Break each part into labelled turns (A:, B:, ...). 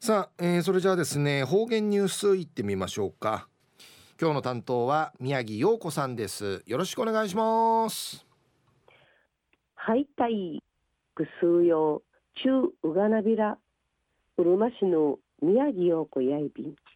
A: さあ、それじゃあですね、方言ニュースいってみましょうか。今日の担当は宮城陽子さんです。よろしくお願いします。
B: ハイタイグスーヨー中ウガナビラうるま市の宮城陽子やいびん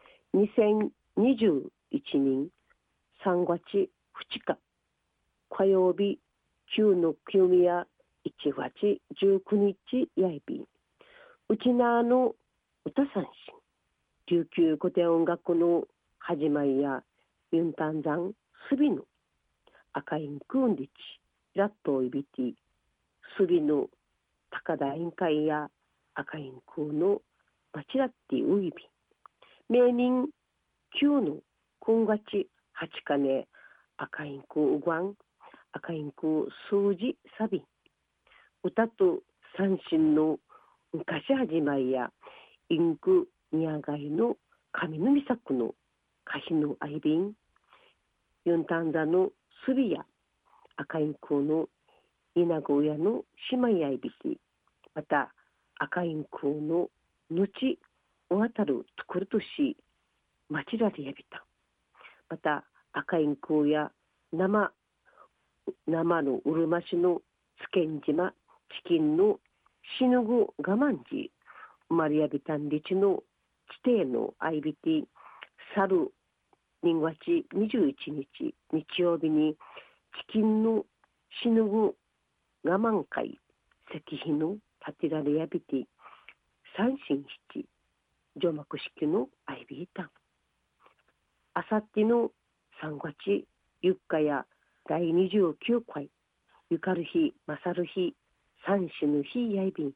B: 2021年3月2日火曜日9の9宮1月19日やいびんうちなの歌三振琉球古典音楽の始まりやユンタンザンスビの赤インクンリチラットイビティスビの高田委員会や赤インクのバチラッティウイビ名人9の今月8日ね赤インクウガン赤インク数字サビ歌と三振の昔始まりやインク宮貝の上の岬の歌詞のアイビンユンタンザのスビや赤インクの稲子屋の姉妹アイビティまた赤インクの後渡るところとし町らでやびたまた赤インクや生のうるま市のつけん島チキンのしぬぐ我慢時生まれやびたんりちの地底のアイビティ去る2月21日日曜日にチキンのしぬぐ我慢会石碑の建てられやびて三神七除幕式のアイビータンあさっての3月4日や第29回ゆかる日まさる日三種の日やいびん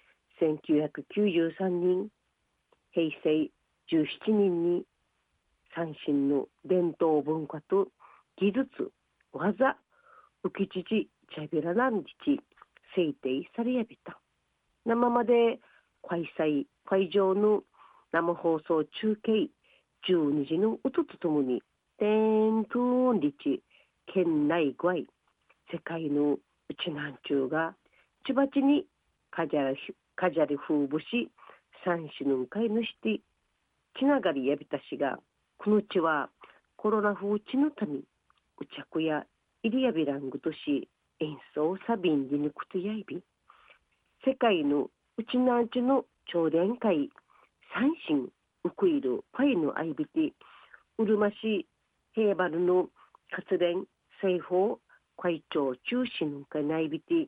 B: 1993年平成17年に三神の伝統文化と技術技浮きちちちゃびらなんじち制定されやびた生まで会場の生放送中継12時の音とともに天空リチ県内外世界のうちなんちゅうがちばちにかじゃり風ぶし三種の会のしてつながりやびたしがこの地はコロナ風地のためうちゃやイリアビラングとし演奏サビンディニクトやいび世界のうちなんちゅの朝連会三神ウクイルファイのアイビティうるま市ヘーバルの活連西方会長中心会内ビティ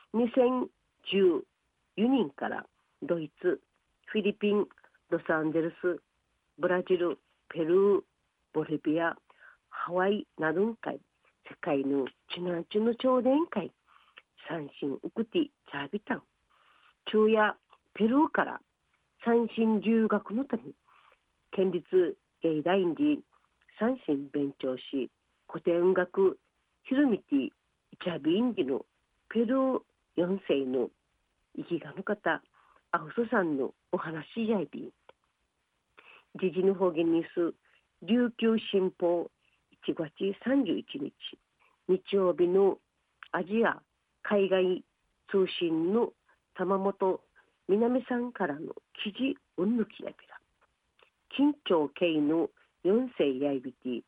B: 2014年からドイツフィリピンロサンゼルスブラジルペルーボリビアハワイなどの会世界のチナンチュの朝連会三神ウクティチャービタン中やペルーから三神留学のため県立芸大院で三神勉強し古典音楽ヒルミティイチャビインディのペルー4世の生きがの方アフソさんのお話やいびん時事の方言ニュース琉球新報1月31日日曜日のアジア海外通信の玉本南さんからの記事うんぬきやびら緊張系の4世やいびて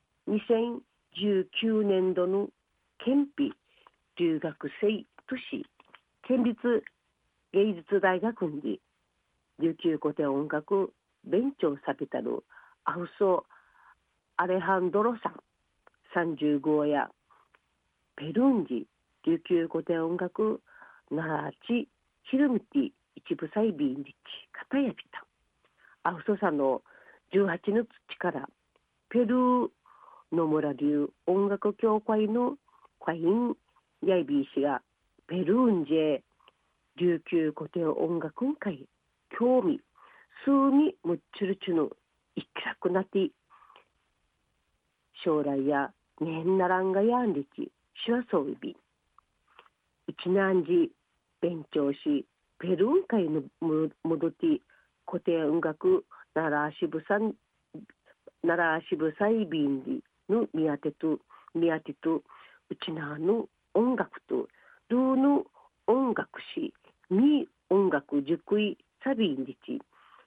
B: 2019年度の県費留学生都市県立芸術大学に琉球古典音楽勉強さびたるアフソアレハンドロさん35やペルンジ琉球古典音楽ナーチヒルミティ一部サイビンリチカタヤビタアフソさんの18の土からペルー野村流音楽協会の会員ヤイビー氏がペルーンジェ琉球古典音楽会興味数にむっちゅるちゅの一楽なって将来や年ならんがやんりちしわそうびうちなんじ勉強しペルーン会の戻って古典音楽奈良支部サイビンリの宮手とうちなの音楽とルーの音楽しみ音楽塾いサビンリチ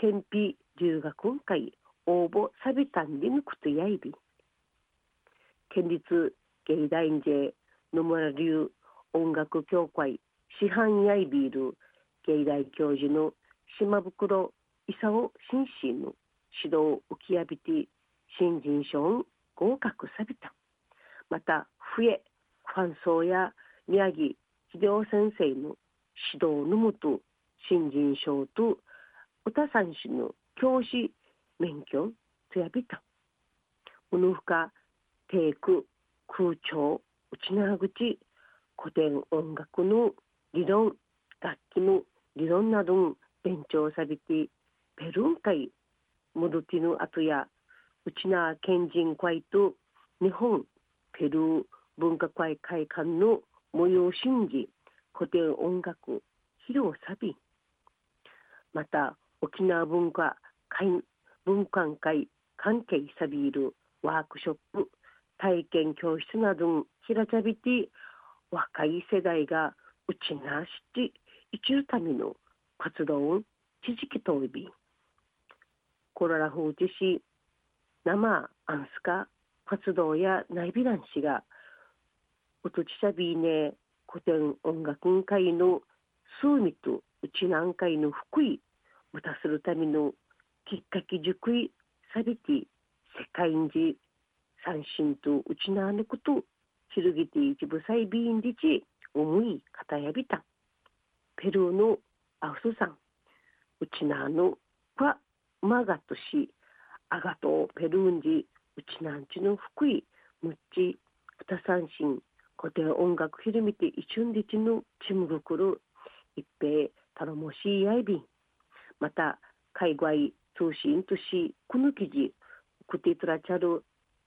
B: 県費留学会応募サビタンリヌクトやいび県立芸大院で野村流音楽協会師範やいびいる芸大教授の島袋勲紳士の指導浮きやびて新人賞合格さびた。また笛ファンソーや宮城秀夫先生の指導のもと新人賞と歌三種の教師免許とやびた。うぬふかテイク空調内縄口古典音楽の理論楽器の理論などを勉強さびてペルン会モドティヌアトや内縄県人会と日本ペルー文化会会館の催しんじ古典音楽披露サビまた沖縄文化文館会関係サビールワークショップ体験教室などを開かびて若い世代がうちなして生きるための活動を知識といびコロラフージし生アンスカ活動やナイビラン氏がうとちさびね古典音楽会の数ミとうちなん会の福井またするためのきっかけ熟いさびて世界に三振とうちなのこと広げて一部サイビーンリチ思い方やびたペルーのアウスさんうちなのパマガトシアガトペルーンジうちなんちの福井むっち二三振古典音楽広めて一瞬でちのちむぐくる一平頼もしいやいびんまた海外通信としこの記事くてつらちゃる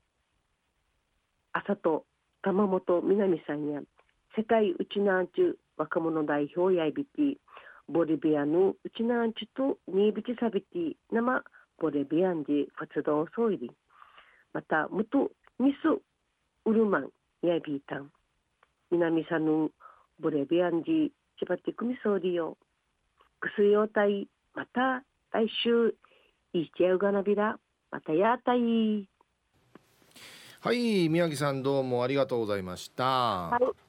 B: 朝と玉本南さんや世界うちなんちゅ若者代表やいびてボリビアのうちなんちゅとにびちさびて生ボリビアンで活動総入りまた元ミスウルマンやいびいたん南さぬボリビアンジ千葉ティクミソーリオくすようたいまた来週いちやうがなびらまたやたい
A: はい、宮城さんどうもありがとうございました。
B: はい